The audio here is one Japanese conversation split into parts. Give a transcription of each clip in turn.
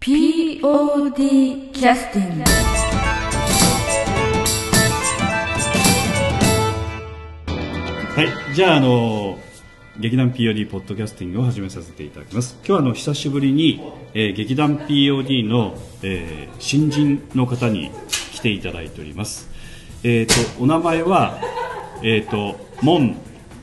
POD キャスティング。 はい、じゃあ劇団 POD ポッドキャスティングを始めさせていただきます。今日は久しぶりに、劇団 POD の、新人の方に来ていただいております。お名前はモン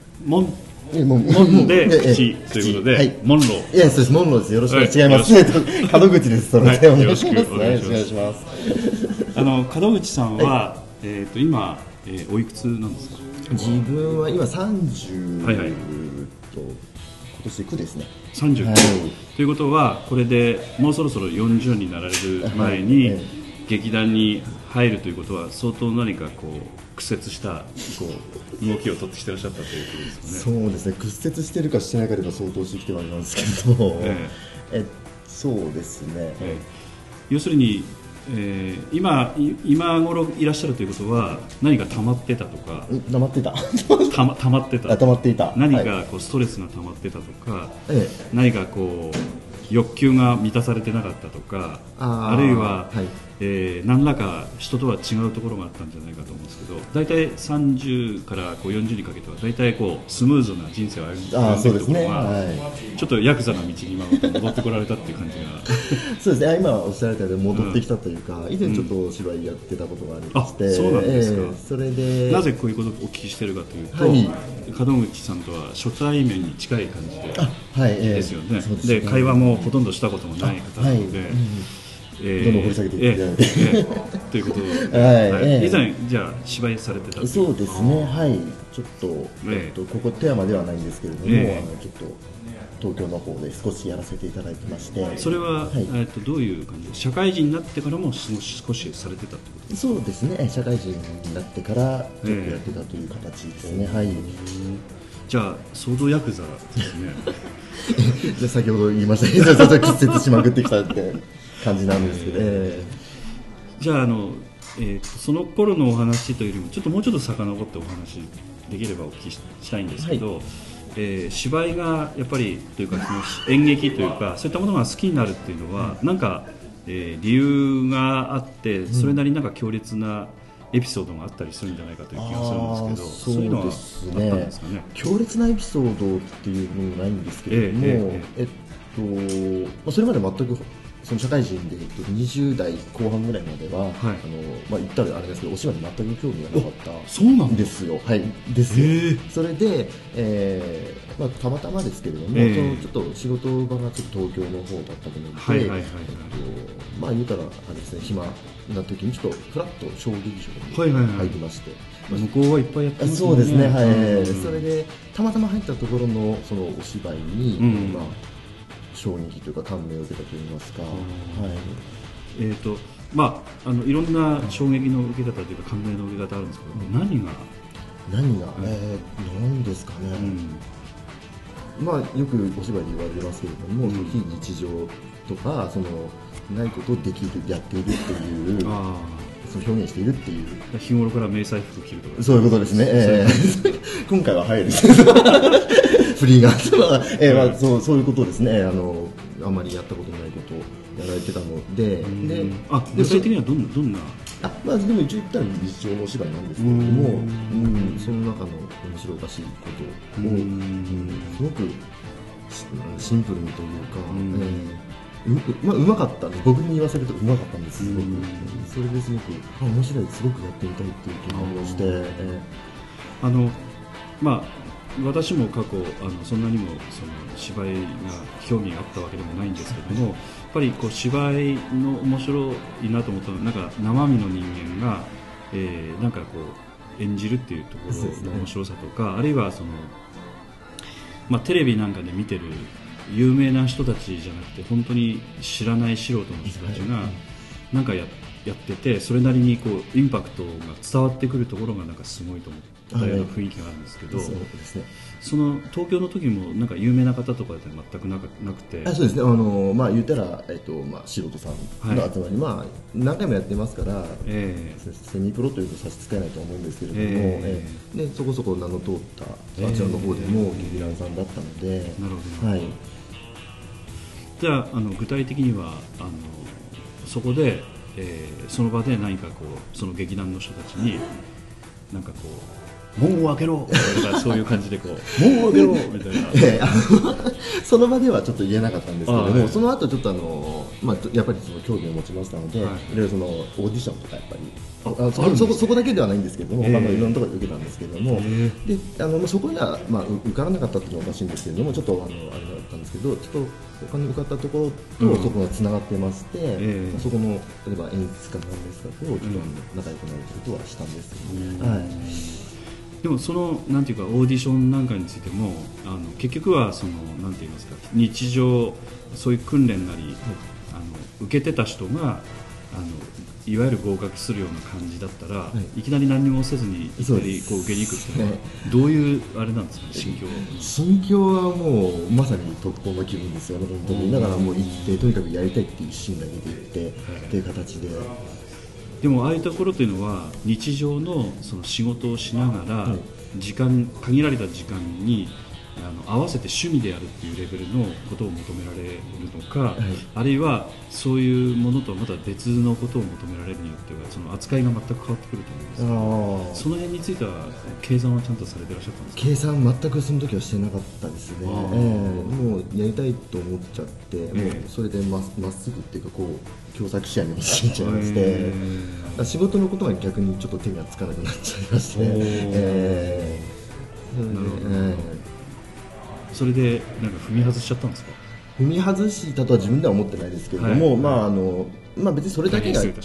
で口ということで、はい、モンロー。 いや、そうです、モンローです。よろしくお願いします。違います。門口です。それでお願いします。 お願いします。門口さんは、今、おいくつなんですか？ 自分は今30、 はいはい、 今年9ですね。 30、はい、ということはこれでもうそろそろ40になられる前に、劇団に入るということは相当何かこう屈折した動きを取ってきてらっしゃったということですかね。 そうですね、屈折してるかしてないかでは相当してきてはいるんですけど、そうですね、 要するに今頃いらっしゃるということは何か溜まってたとか、 溜まってた溜まっていた何かこうストレスが溜まってたとか、何かこう欲求が満たされてなかったとか、あるいは、何らか人とは違うところがあったんじゃないかと思うんですけど、大体30からこう40にかけては大体こうスムーズな人生を歩んでいくところが、ちょっとヤクザの道に戻ってこられたっていう感じがそうですね、今おっしゃられたように戻ってきたというか、以前ちょっとお芝居やってたことがありまして、 そうなんですか。 それでなぜこういうことをお聞きしているかというと、門口さんとは初対面に近い感じで、ですよね。で会話もほとんどしたこともない方なので、 どんどん掘り下げていっていただいてということで、以前じゃあ芝居されてた。 そうですね、はい、ちょっと、ここ富山ではないんですけれども、ちょっと東京の方で少しやらせていただいてまして。 それは、どういう感じで、社会人になってからも少しされてたってことですか？ そうですね、社会人になってからちょっとやってたという形ですね。 じゃあ相当ヤクザですねじゃあ先ほど言いましたけど屈折しまくってきたって感じなんですけど、 じゃあその頃のお話というよりももうちょっと遡ってお話できればお聞きしたいんですけど、芝居がやっぱりというか、その演劇というかそういったものが好きになるっていうのは、なんか、理由があって、それなりになんか強烈なエピソードがあったりするんじゃないかという気がするんですけど、そういうのはあったんですかね。 強烈なエピソードっていうのもないんですけれども、それまで全くその社会人で20代後半ぐらいまでは、言ったらあれですけど、お芝居に全く興味がなかったんですよ。それで、たまたまですけれども、ちょっと仕事場がちょっと東京の方だったと思うので、言うたらあれですね、暇な時にちょっとフラッと小劇場に入りまして、 向こうはいっぱいやってますね。 そうですね、それでたまたま入ったところのそのお芝居に、衝撃というか感銘を受けたといいますか、 いろんな衝撃の受け方というか感銘の受け方あるんですけど、何が何ですかね、よくお芝居で言われますけれども、非日常とかないことをやっているっていう、その表現しているっていう、 日頃から迷彩服着るとか、 そういうことですね。今回は早いですフリーがそういうことですね。あんまりやったことないことをやられてたので、 具体的にはどんなでも一応言ったら日常のお芝居なんですけれども、その中の面白おかしいことをすごくシンプルにというか、うまかったんです。僕に言わせるとうまかったんです。すごくそれですごく面白い、すごくやってみたいっていう気がして、 私も過去そんなにも芝居が興味があったわけでもないんですけども、やっぱりこう芝居の面白いなと思ったのは、なんか生身の人間が、なんかこう演じるっていうところの面白さとか、あるいはテレビなんかで見てる有名な人たちじゃなくて、本当に知らない素人の人たちがなんかやってて、それなりにこうインパクトが伝わってくるところがなんかすごいと思ったような雰囲気があるんですけど、その東京の時もなんか有名な方とかで全くなくて。 そうですね、言ったら、素人さんの集まり、何回もやってますから、セミプロというと差し支えないと思うんですけれども、でそこそこ名の通ったあちらの方でも劇団さんだったので。 なるほど、 じゃあ、具体的にはそこで、その場で何かこうその劇団の人たちになんかこう門を開けろとかそういう感じでこう門を開けろみたいなその場ではちょっと言えなかったんですけども、その後ちょっとやっぱりその興味を持ちましたので、いろいろそのオーディションとかやっぱりそこだけではないんですけども、いろんなところで受けたんですけども、でそこには、受からなかったっていうのはおかしいんですけれども、ちょっとあれだったんですけど、ちょっと他に受かったところとそこがつながってまして、そこの例えば演出家なんですかとちょっと仲良くなることはしたんですけど、はい。 でもそのなんていうかオーディションなんかについても結局はそのなんて言いますか日常そういう訓練なり受けてた人がいわゆる合格するような感じだったら、いきなり何もせずにいきなりこう受けに行くっていうのはどういうあれなんですか心境はもうまさに特攻の気分ですよね本当に。だからもう行ってとにかくやりたいっていう一心だけで行ってっていう形で。 でもああいうところというのは日常のその仕事をしながら限られた時間に合わせて趣味でやるっていうレベルのことを求められるのか、あるいはそういうものとはまた別のことを求められるによってはその扱いが全く変わってくると思うんですけど、その辺については計算はちゃんとされてらっしゃったんですか？ 計算全くその時はしてなかったですね。もうやりたいと思っちゃって、もうそれでまっすぐっていうかこう共作視野に陥っちゃいまして、仕事のことが逆にちょっと手がつかなくなっちゃいまして、 それでなんか踏み外しちゃったんですか？ 踏み外したとは自分では思ってないですけれども、別にそれだけがそ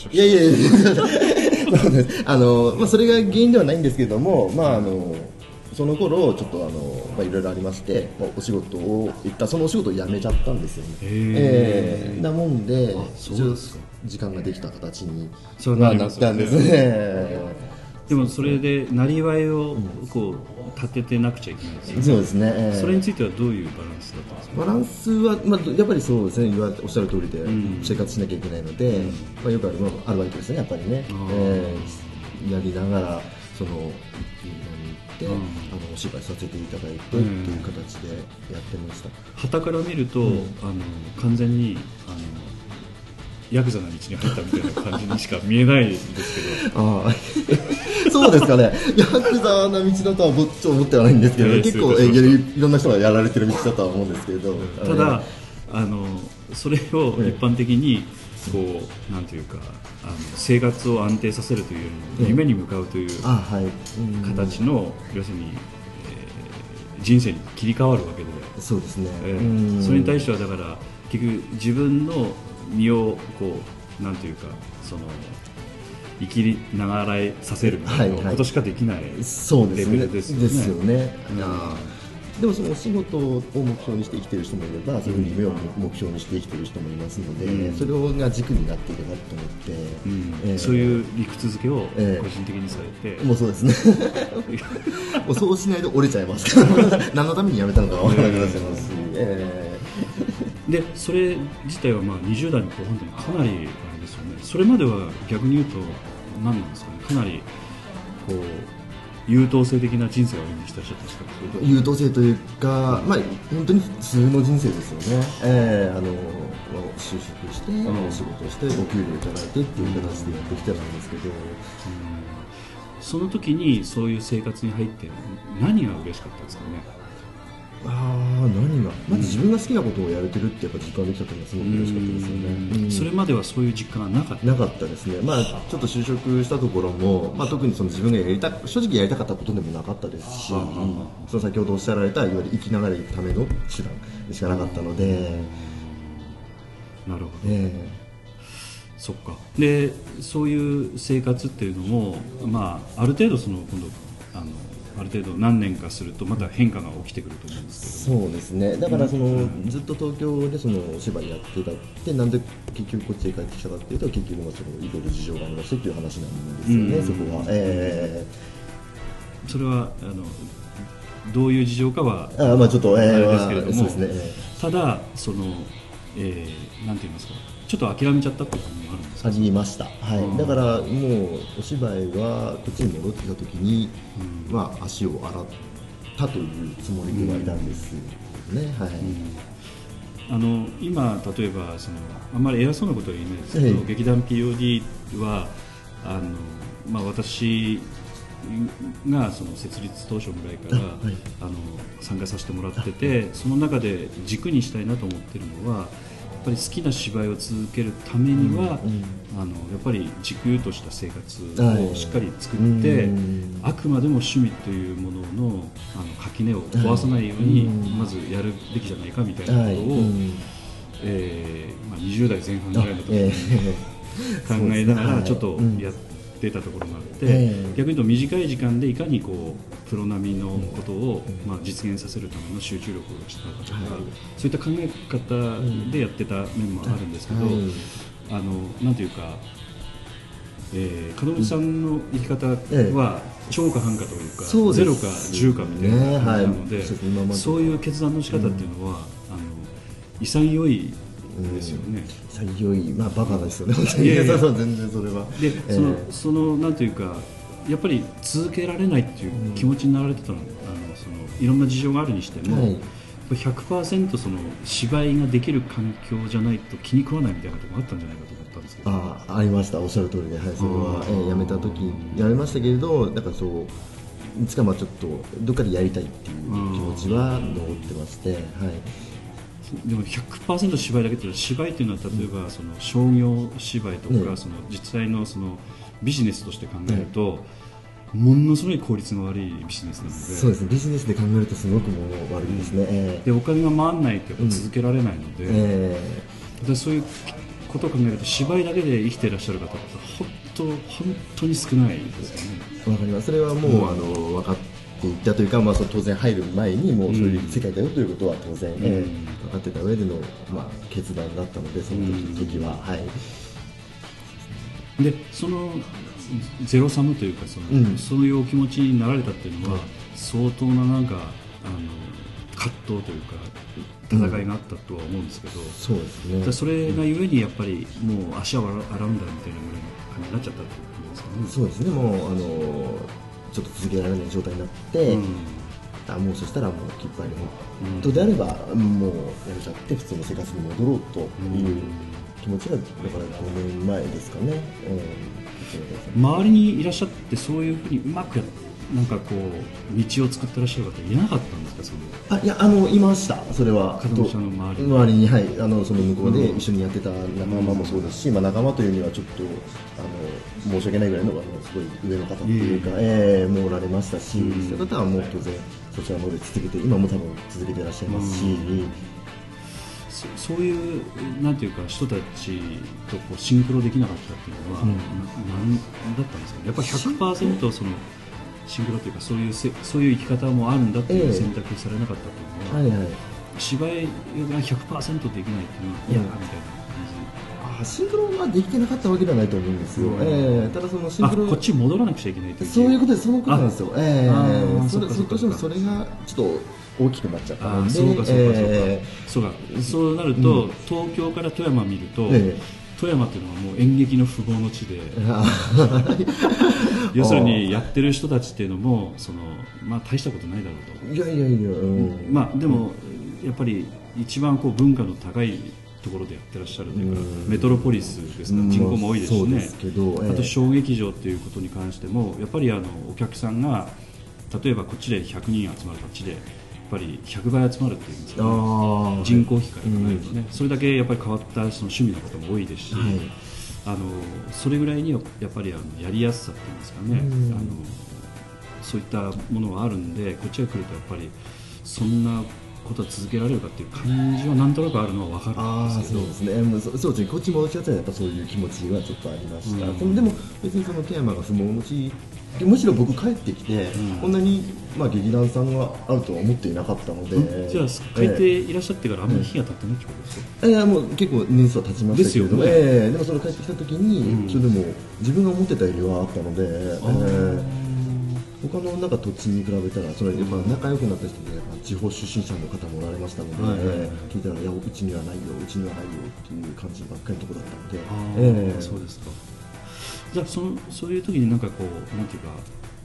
れが原因ではないんですけれども、その頃ちょっといろいろありまして、お仕事をそのお仕事を辞めちゃったんですよね。なもんで時間ができた形になったんですね。 でもそれでなりわいをこう立ててなくちゃいけないですよね。 そうですね。 それについてはどういうバランスだったんですか？ バランスは、やっぱりそうですね。おっしゃる通りで生活しなきゃいけないので、よくアルバイトですねやっぱりね。やりながらその行ってお芝居させていただいてっていう形でやってました。 傍から見ると完全にヤクザな道に入ったみたいな感じにしか見えないんですけどそうですかね。ヤクザな道だとはぼっち思ってはないんですけど、結構いろんな人がやられてる道だとは思うんですけど、 ただそれを一般的にこうなんていうか生活を安定させるというよりも夢に向かうという形の要するに人生に切り替わるわけで、 そうですね。 それに対してはだから結局自分の身をこうなんていうかその生きながらえさせるみたいなことしかできないレベルですよね。でもそのお仕事を目標にして生きている人もいれば、そういう夢を目標にして生きている人もいますので、それが軸になっていればと思って、 そういう理屈付けを個人的にされて、 もうそうですね。もうそうしないと折れちゃいますから何のために辞めたのか分からなくなっちゃいますし、 でそれ自体は20代の後半でもかなりあれですよね。それまでは逆に言うと何なんですかね、かなりこう優等生的な人生を歩んできてらっしゃったんですか？ 優等生というか、本当に普通の人生ですよね。就職して、仕事をしてお給料いただいてっていう形でやってきてたんですけど、 その時にそういう生活に入って何が嬉しかったですかね？ 何がまず自分が好きなことをやれてるってやっぱ実感できたというのはすごく嬉しかったですよね。 それまではそういう実感がなかったですね。ちょっと就職したところも、特にその自分が正直やりたかったことでもなかったですし、その先ほどおっしゃられたいわゆる生きながら行くための手段でしかなかったので。 なるほど。そっか。でそういう生活っていうのも、ある程度その今度ある程度何年かするとまた変化が起きてくると思うんですけど、 そうですね。だからずっと東京でそのお芝居やってたってなんで結局こっちへ帰ってきたかっていうと、結局いろいろ事情がありましてっていう話なんですよね。そこは、 それはどういう事情かはちょっとあれですけれども、 そうですね。 ただそのなんて言いますか、ちょっと諦めちゃったっていう感じもあるんですか？ ありました。だからもうお芝居はこっちに戻ってきた時に、足を洗ったというつもりではいたんですね。 今例えばあんまり偉そうなことは言えないですけど、劇団 POD は私が設立当初ぐらいから、参加させてもらってて、その中で軸にしたいなと思ってるのは、やっぱり好きな芝居を続けるためには、やっぱり軸とした生活をしっかり作って、あくまでも趣味というものの垣根を壊さないようにまずやるべきじゃないかみたいなことを、20代前半ぐらいの時に考えながらちょっとやってたところがあって、逆に言うと短い時間でいかにプロ並みのことを実現させるための集中力をしたかとか、そういった考え方でやってた面もあるんですけど、なんていうか、門口さんの生き方は超か半かというか、0か10かみたいな感じなので、そういう決断の仕方っていうのは潔いですよね。 潔い、バカですよね。全然それは。 で、なんというか、やっぱり続けられないっていう気持ちになられてたの、いろんな事情があるにしても、100% 芝居ができる環境じゃないと気に食わないみたいなところがあったんじゃないかと思ったんですけど。 ありました、おっしゃる通りで、それは辞めた時やめましたけれど、なんかいつかちょっとどっかでやりたいっていう気持ちは残ってまして。 でも 100% 芝居だけというのは、芝居というのは例えば商業芝居とか、実際のビジネスとして考えると、ものすごい効率が悪いビジネスなので。 そうですね、ビジネスで考えるとすごくもう悪いですね。 でお金が回らないとやっぱ続けられないので、そういうことを考えると芝居だけで生きていらっしゃる方って本当に少ないですよね。 わかります。それはもう、分かっていったというか、当然入る前にもうそういう世界だよということは当然、分かってた上での、決断だったので、その時は。 でゼロサムというかそういうお気持ちになられたっていうのは、相当な葛藤というか戦いがあったとは思うんですけど、 そうですね。 それがゆえにやっぱりもう足を洗うんだみたいなぐらいの感じになっちゃったってことですかね。 そうですね。もうちょっと続けられない状態になって、もうそしたらもうきっぱり本当であればもうやめちゃって普通の生活に戻ろうという気持ちがだから5年前ですかね。 周りにいらっしゃってそういうふうにうまくなんか道を作ってらっしゃる方いなかったんですか？ いやいました。それは門口さんの周りにその向こうで一緒にやってた仲間もそうですし、仲間というにはちょっと申し訳ないぐらいのすごい上の方っていうか、もうおられましたし、そういう方はもう当然そちらの方で続けて今も多分続けていらっしゃいますし。 そういうなんていうか人たちとシンクロできなかったっていうのは何だったんですかね。やっぱり 100% シンクロというかそういう生き方もあるんだっていう選択されなかったというのは、芝居が 100% できないっていうのは嫌みたいな感じ。 シンクロはできてなかったわけではないと思うんですよ。ただシンクロこっちに戻らなくちゃいけないという、 そういうことです。そのことなんですよ。それがちょっと大きくなっちゃったので、 そうなると、東京から富山を見ると、富山というのはもう演劇の富豪の地で要するにやってる人たちっていうのも大したことないだろうと。でもやっぱり一番文化の高いところでやってらっしゃるというか、メトロポリスですから人口も多いですしね。あと小劇場ということに関してもやっぱりお客さんが例えばこっちで100人集まるこっちでやっぱり100倍集まるっていうんですかね、人口比から考えるとね、それだけやっぱり変わった趣味の方も多いですし、それぐらいにやっぱりやりやすさっていうんですかね、そういったものがあるんで、こっちが来るとやっぱりそんなことは続けられるかっていう感じはなんとなくあるのは分かるんですけど。 そうですね、こっち戻っちゃったらやっぱそういう気持ちがちょっとありました。でも別に富山が相撲持ちむしろ僕帰ってきて、こんなに劇団さんがあるとは思っていなかったので。 じゃあ帰っていらっしゃってからあんまり日が経ってないってことですか？ もう結構年数は経ちましたけれども、でもそれ帰ってきた時に、それでも自分が思ってたよりはあったので、他の土地に比べたらやっぱ仲良くなった人で地方出身者の方もおられましたので、聞いたらいやうちにはないようちにはないよっていう感じばっかりのところだったので。 そうですか。じゃあそういう時になんていうか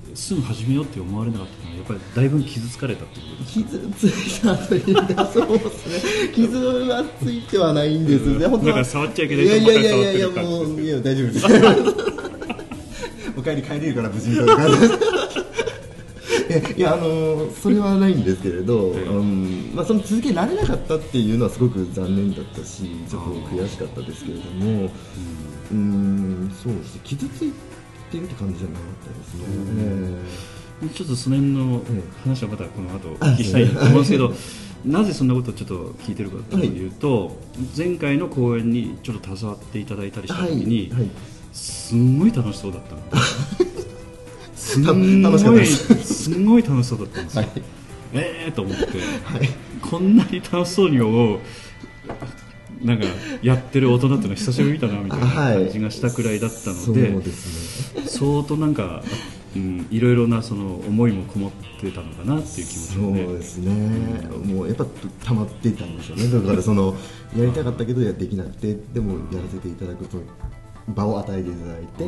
すぐ始めようって思われなかったのはやっぱりだいぶ傷つかれたってことですか？ 傷ついたというか、そうですね、傷はついてはないんですね。 だから触っちゃいけないと思ったら触ってる感じです。 もういや大丈夫ですお帰り帰れるから無事にという感じですいやそれはないんですけれど、その続けられなかったっていうのはすごく残念だったし、ちょっと悔しかったですけれども、そうですね、傷ついてるって感じじゃなかったですね。 ちょっとその辺の話はまたこの後お聞きしたいと思うんですけどなぜそんなことをちょっと聞いてるかというと、前回の公演にちょっと携わっていただいたりした時に、すんごい楽しそうだったのですんごい楽しそうだったんですよ、と思って、こんなに楽しそうに思うなんかやってる大人っていうのは久しぶりだなみたいな感じがしたくらいだったので、相当なんか、いろいろなその思いもこもってたのかなっていう気持ちもね。 そうですね、もうやっぱ溜まっていたんでしょうね。だからそのやりたかったけどできなくて、でもやらせていただくと場を与えていただいて、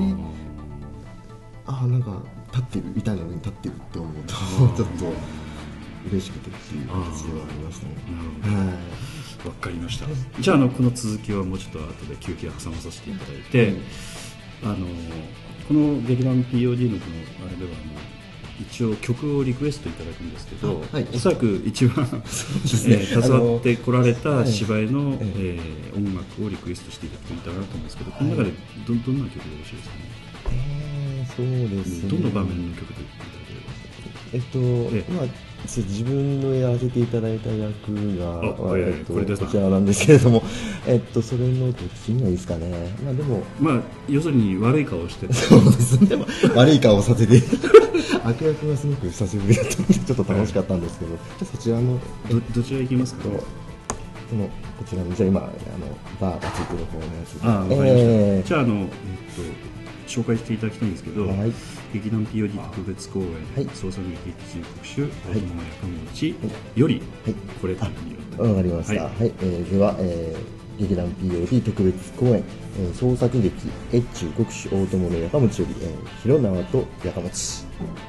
なんか立ってる痛いのに立ってるって思うとちょっと嬉しくてっていう形ではありましたね。 わかりました。じゃあこの続きはもうちょっと後で休憩挟まさせていただいて、この劇団 POD のこのあれでは一応曲をリクエストいただくんですけど、おそらく一番携わってこられた芝居の音楽をリクエストしていただきたいなと思うんですけど、この中でどんな曲でよろしいですかね？ そうですね、 どの場面の曲で言っていただければ。 自分のやらせていただいた役がこちらなんですけれども、それのどっちがいいですかね。でも要するに悪い顔をしてそうですね、悪い顔をさせて悪役がすごく久しぶりだったのでちょっと楽しかったんですけど、じゃあそちらのどちら行きますか？ こちらのじゃあ今バーがついてる方のやつで、 わかりました。じゃあ紹介していただきたいんですけど、劇団 POD 特別公演、創作劇一時特集大人のやかもちより、これというわかりました。では、劇団 POD 特別公演、創作劇越中国主大友のやかもちより、広縄とやかもち。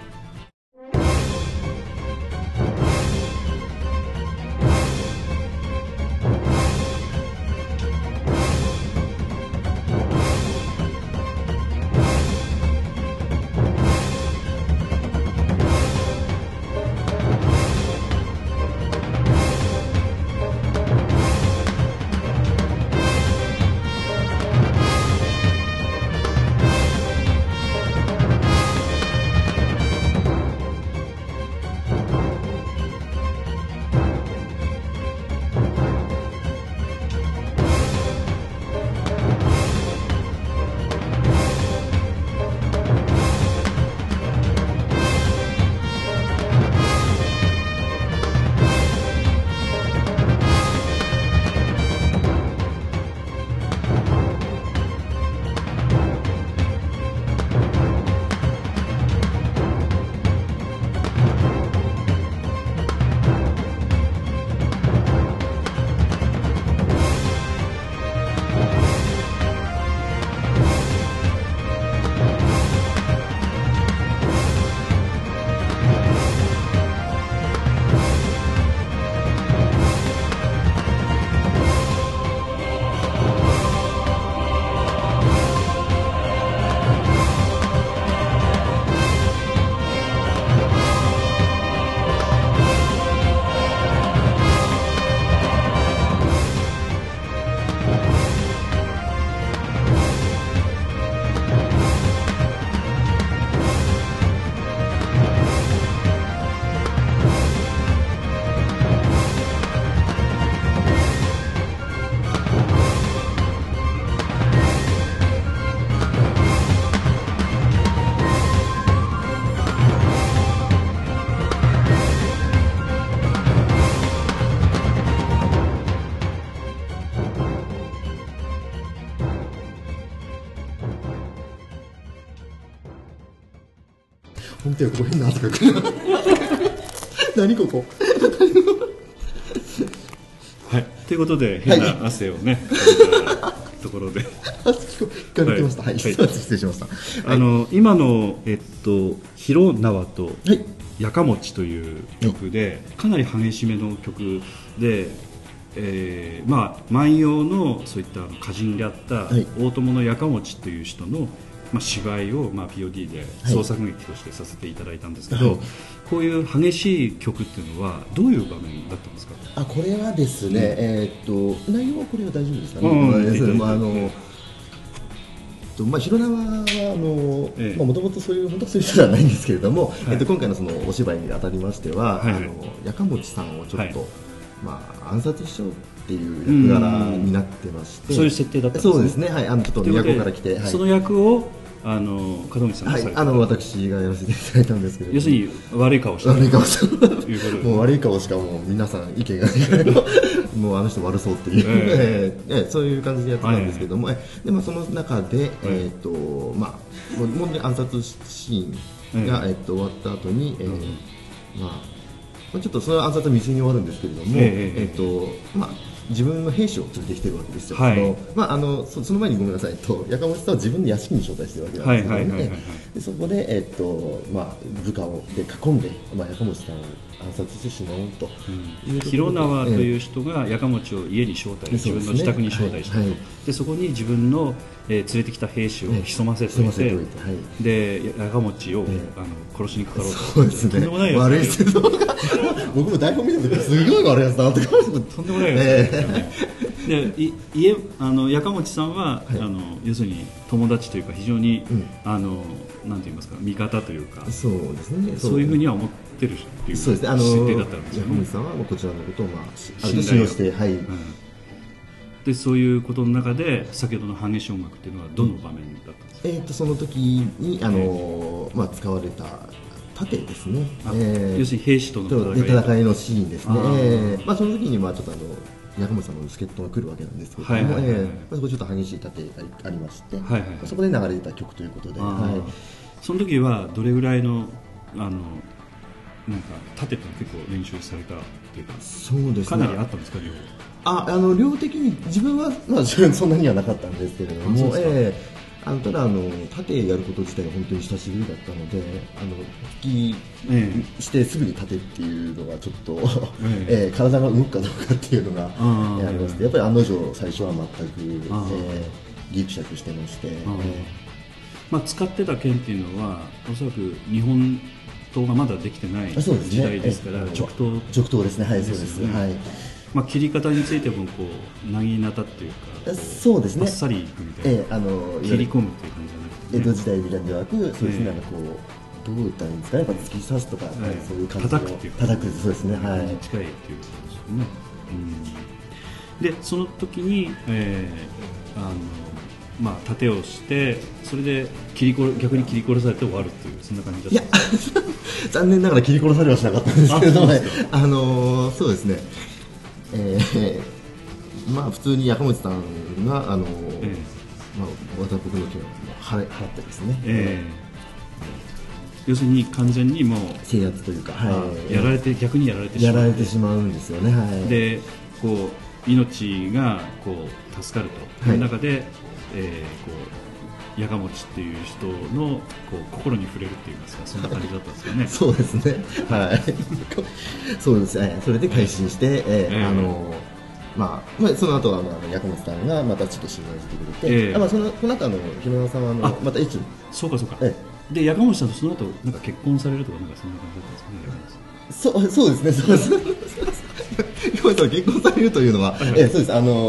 本当や、ここ変な汗かく何ここはい、ということで変な汗をね、とこころで聞かれてました。はい、失礼しました。 今の広縄とやかもちという曲で、かなり激しめの曲で、万葉のそういった歌人であった大友のやかもちという人の芝居をPOD で創作劇としてさせていただいたんですけど、こういう激しい曲っていうのはどういう場面だったんですか？ これはですね、内容はこれは大丈夫ですかね。広縄はもともとそういう人ではないんですけれども、今回のそのお芝居にあたりましては、やかもちさんをちょっと、暗殺しようっていう役柄になってまして、 そういう設定だったんですね。 そうですね、はい、ちょっと都から来て、 その役を門口さんがされた、 私がやらせていただいたんですけど、 要するに悪い顔したもう悪い顔しかもう皆さん意見がないぐらいのもうあの人悪そうっていう、そういう感じでやってたんですけども、でその中で、もう暗殺シーンが、終わった後に、ちょっとその暗殺は未遂に終わるんですけれども、自分の兵士を連れてきてるわけですよ。その前にごめんなさいと、やかもちさんは自分の屋敷に招待してるわけなんですけどね。そこで、部下を囲んで、やかもちさんを暗殺してしまおうと。 広縄という人がやかもちを家に招待、自分の自宅に招待したと。でそこに自分の連れてきた兵士を潜ませておいて、でやかもちを殺しにかかろうと。 そうですね。とんでもない悪いですけど、僕も台本見てる時すごい悪いやつだなって。 とんでもないですね。でやかもちさんは、要するに友達というか非常に、なんて言いますか、味方というか、 そうですね。 そういうふうには思ってるっていう設定だったんですよね。 やかもちさんはこちらのことを信用して、 でそういうことの中で先ほどの激しい音楽っていうのはどの場面だったんですか？ その時に使われた盾ですね。 要するに兵士との戦いのシーンですね。その時にちょっとやかもちさんの助っ人が来るわけなんですけども、そこちょっと激しい盾がありまして、そこで流れた曲ということで、 その時はどれぐらいのなんか盾って結構練習されたっていうか、 そうですね、 かなりあったんですか？ 量的に自分はそんなにはなかったんですけれども、ただ盾やること自体が本当に久しぶりだったので、復帰してすぐに盾っていうのがちょっと、体が動くかどうかっていうのがありまして、やっぱり案の定最初は全くギクシャクしてまして、 使ってた剣っていうのはおそらく日本刀がまだできてない時代ですから、直刀ですね。はい、そうです。 切り方についてもなぎなたっていうか、 そうですね、 バッサリいくみたいな、切り込むっていう感じじゃなくて、 江戸時代みたいではなく、そうですね、どういったらいいんですかね、突き刺すとか、そういう感じの叩くっていうそうですね、 近いっていうことですよね。でその時に、盾をして、それで逆に切り殺されて終わるっていう、そんな感じだったんですか？ いや残念ながら切り殺されはしなかったんですけれども、そうですね、普通にやかもちさんが僕の件を払ってですね、 要するに完全にもう制圧というか、 逆にやられてしまうんですよね。 で命が助かるという中で、やかもちっていう人の心に触れるっていいますか、そんな感じだったんですよね。 そうですね、そうですね。それで改心して、その後はやかもちさんがまたちょっと信頼してくれて、その後木村さんはまた駅に、 そうかでやかもちさんとその後なんか結婚されるとか、なんかそんな感じだったんですかね。 そうですね、そうです。やかもちさん結婚されるというのは、そうです、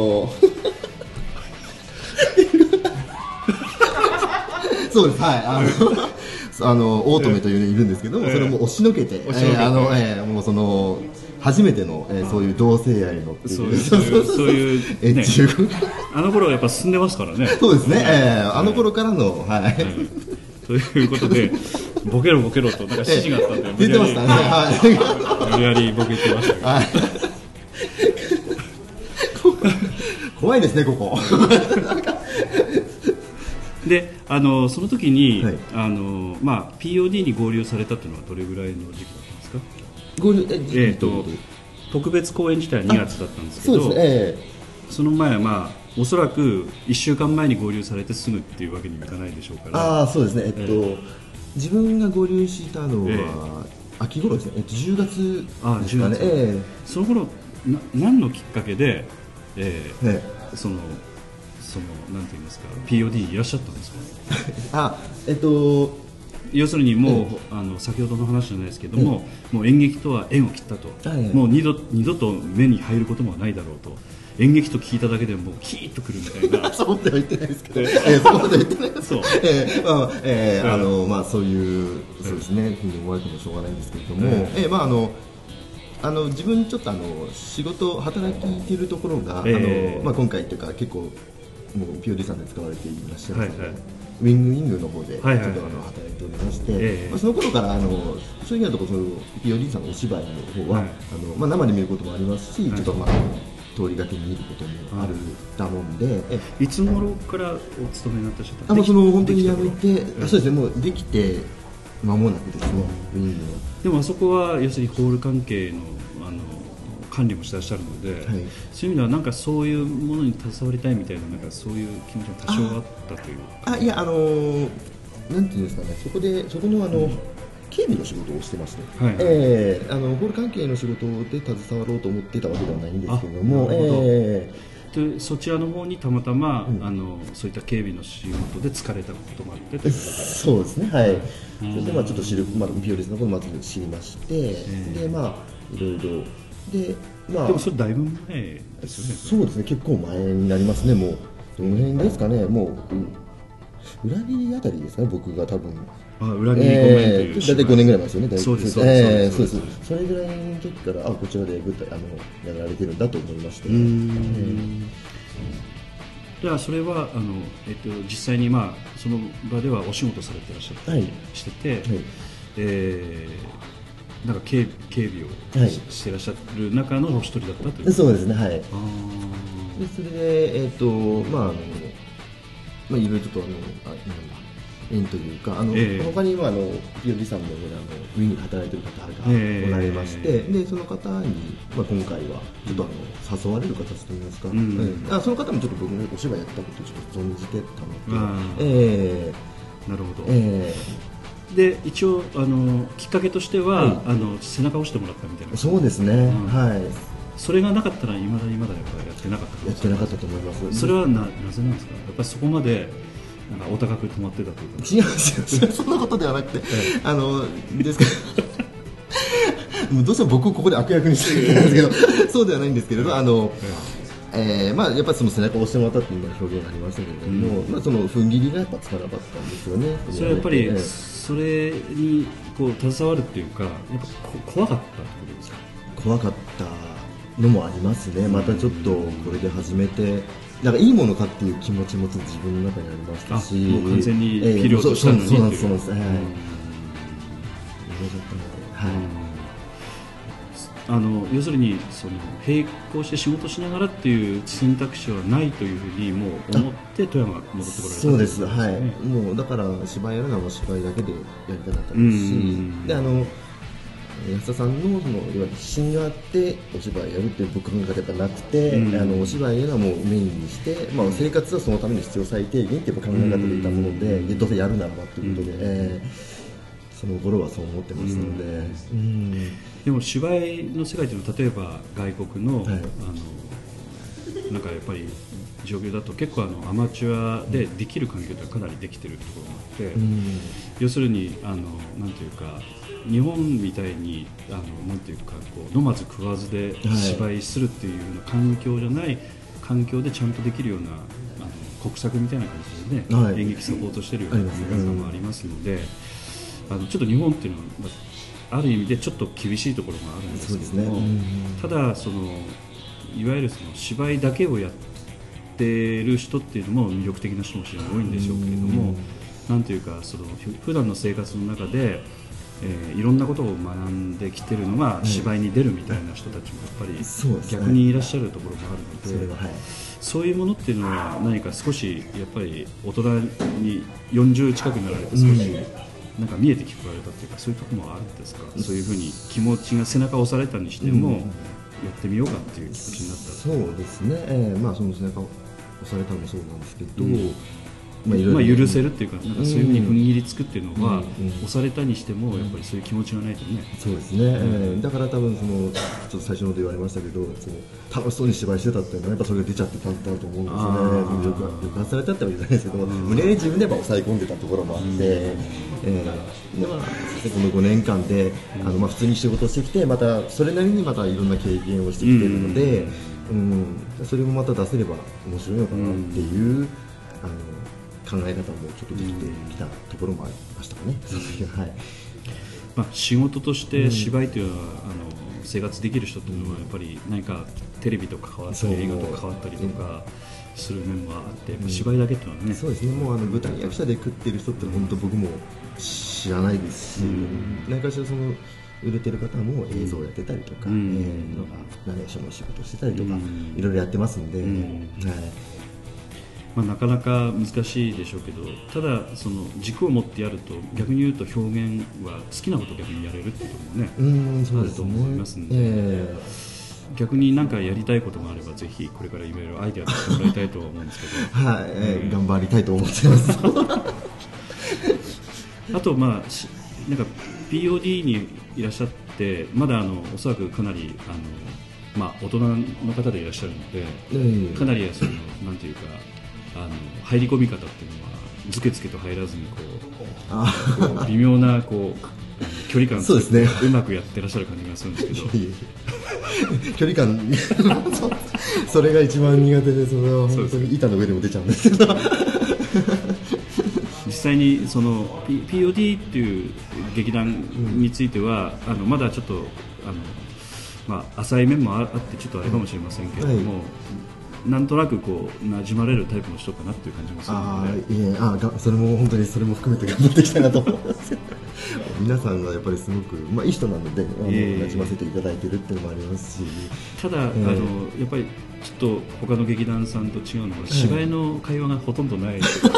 そうです、大乙女というのがいるんですけども、それも押しのけて、もうその初めての、そういう同性愛のそういうね、あの頃はやっぱ進んでますからね。 そうですね、あの頃からの、 ということで、ボケろとなんか指示があったんで、 出てましたね、 無理やりボケてましたけど、 怖いですね、ここ。 でその時に、POD に合流されたというのはどれぐらいの時期だったんですか？特別公演自体は2月だったんですけど、その前はおそらく1週間前に合流されてすぐっていうわけにもいかないでしょうから。 そうですね、自分が合流したのは、秋頃ですね、10月ですかね。 その頃何のきっかけで、そのなんていうんですか POD にいらっしゃったんですか。要するにもう、先ほどの話じゃないですけども、もう演劇とは縁を切ったと、もう二度と目に入ることもないだろうと、演劇と聞いただけでもうキーッとくるみたいな。 そこまでは言ってないですけど、そこまでは言ってないです。そうそういうそうですね、ふうに思われてもしょうがないんですけれども、自分ちょっと仕事働いているところが、今回というか結構もう POD さんで使われていらっしゃるウィングウィングの方でちょっと働いておりまして、その頃からそういう意味だとPOD さんのお芝居の方は、生で見ることもありますし、ちょっと通りがけに見ることもあるだもんで。 いつ頃からお勤めになったし本当にやめて、そうですね、もうできて間もなくですね、ウィングの。 でもあそこは要するにホール関係の管理もしてらっしゃるので、そういう意味ではなんかそういうものに携わりたいみたいな、なんかそういう気持ちも多少あったという。 いや、なんていうんですかね、そこの警備の仕事をしてまして、ホール関係の仕事で携わろうと思っていたわけではないんですけれども、 でそちらの方にたまたま、そういった警備の仕事で疲れたこともあってということで。 そうですね、はい。それでちょっとピオレスのことをまず知りまして、でいろいろでもそれだいぶ前ですよね。 そうですね、結構前になりますね。もうどの辺ですかね、もう裏切りあたりですかね、僕が多分。 裏切り5年という、 大体5年ぐらい前ですよね。 そうです、 そうです。それぐらいの時からこちらで舞台やられてるんだと思いまして。 ではそれは実際にその場ではお仕事されていらっしゃったりしてて、なんか警備をしていらっしゃる中のお一人だったという。 そうですね、はい。でそれでいろいろちょっと縁というか他にもPOD さんのウィングで働いている方がおられまして、でその方に今回はちょっと誘われる形といいますか、その方もちょっと僕のお芝居やったことをちょっと存じてたので、 なるほど。で一応きっかけとしては、背中を押してもらったみたいな。 そうですね、はい。 それがなかったらいまだやっぱやってなかった。 やってなかったと思います。 それはなぜなんですか。やっぱりそこまでなんかお高く止まってたというか。 違うんですよ。そんなことではなくて、ですからどうしても僕をここで悪役にしてるんですけど、そうではないんですけれど、やっぱりその背中を押してもらったっていう表現がありましたけれども、その踏ん切りがやっぱつかなかったんですよね。 それはやっぱりそれに携わるっていうか、やっぱ怖かったってことですか。 怖かったのもありますね。またちょっとこれで始めて。なんかいいものかっていう気持ちも自分の中にありましたし、 もう完全にピリオドしたのにっていう。 そうなんです。 要するに並行して仕事しながらっていう選択肢はないというふうにもう思って富山が戻ってこられた。 そうです、はい。もうだから芝居やるのは芝居だけでやりたかったですし、で安田さんのいわゆる芯があってお芝居やるっていう僕の考え方がなくて、お芝居やるのはもうメインにして、生活はそのために必要最低限っていう考え方でいたもので、どうせやるならばということで、その頃はそう思ってますので。 でも芝居の世界というのは例えば外国の、なんかやっぱり状況だと結構アマチュアでできる環境ってかなりできてるところがあって、要するになんていうか日本みたいになんていうか飲まず食わずで芝居するっていうような環境じゃない環境でちゃんとできるような国策みたいな感じでね、演劇サポートしてるような見方もありますので、ちょっと日本っていうのはある意味でちょっと厳しいところがあるんですけども、ただいわゆる芝居だけをやっている人っていうのも魅力的な人も非常に多いんでしょうけれども、なんていうか普段の生活の中でいろんなことを学んできてるのが芝居に出るみたいな人たちもやっぱり逆にいらっしゃるところもあるので、そういうものっていうのは何か少しやっぱり大人に40近くになられて少しなんか見えて聞こえたっていうか、そういうところもあるんですか。そういうふうに気持ちが背中を押されたにしてもやってみようかっていう気持ちになった。 そうですね、その背中を押されたのもそうなんですけど、 許せるっていうか、なんかそういうふうに踏ん切りつくっていうのは、押されたにしてもやっぱりそういう気持ちがないとね。 そうですね、だから多分ちょっと最初ので言われましたけど、楽しそうに芝居してたっていうのはやっぱそれが出ちゃってたんだと思うんですよね。抑圧されたってわけじゃないですけど、胸に自分でやっぱ抑え込んでたところもあって、でこの5年間で普通に仕事をしてきて、またそれなりにまたいろんな経験をしてきているので、それもまた出せれば面白いのかなっていう考え方もちょっとできてきたところもありましたかね。 仕事として芝居というのは生活できる人というのはやっぱり何かテレビと関わったり映画と関わったりとかする面もあって、やっぱ芝居だけっていうのはね、 そうですね、もう舞台役者で食っている人って本当僕も知らないですし、何かしら売れてる方も映像をやってたりとか、ナレーションの仕事をしてたりとか、いろいろやってますんで、 なかなか難しいでしょうけど、ただ軸を持ってやると逆に言うと表現は好きなことを逆にやれるっていうこともね、あると思いますので、逆に何かやりたいことがあればぜひこれからいろいろアイデア出してもらいたいとは思うんですけど頑張りたいと思ってますあとなんか POD にいらっしゃってまだおそらくかなり大人の方でいらっしゃるので、かなりなんていうか入り込み方っていうのはズケズケと入らずに微妙な距離感をうまくやってらっしゃる感じがするんですけど距離感それが一番苦手で、それは本当に板の上でも出ちゃうんですけど実際にPOD っていう劇団についてはまだちょっと浅い面もあってちょっとあれかもしれませんけれども、なんとなく馴染まれるタイプの人かなっていう感じもするので、 それも本当にそれも含めて頑張っていきたいなと思います皆さんがやっぱりすごく、いい人なので馴染ませていただいているっていうのもありますし、 ただやっぱりちょっと他の劇団さんと違うのは芝居の会話がほとんどない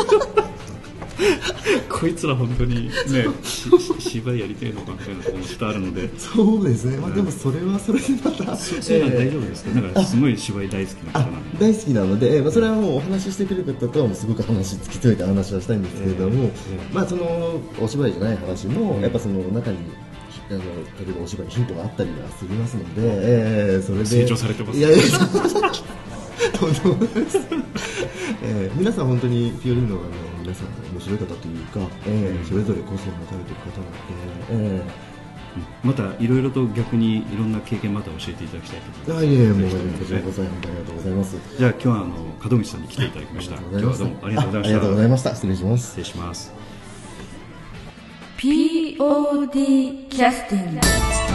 こいつら本当にね芝居やりたいのかみたいなところもちょっとあるので、 そうですね、でもそれはそれでまたそういうのは大丈夫ですか？なんかすごい芝居大好きな方なので、 大好きなので、それはもうお話ししてくれる方とはもうすごく突き詰めて話はしたいんですけれども、お芝居じゃない話もやっぱその中に例えばお芝居にヒントがあったりはすりますので、それで成長されてます。 とんでもないです。皆さん本当にピオリーノ皆さん面白い方というか、それぞれ個性を持たれている方なので、 またいろいろと逆にいろんな経験また教えていただきたいと思います。 もうこちらこそ本当にありがとうございます。 じゃあ今日は門口さんに来ていただきました。今日はどうもありがとうございました。 ありがとうございました。失礼します。 失礼します。 POD キャスティング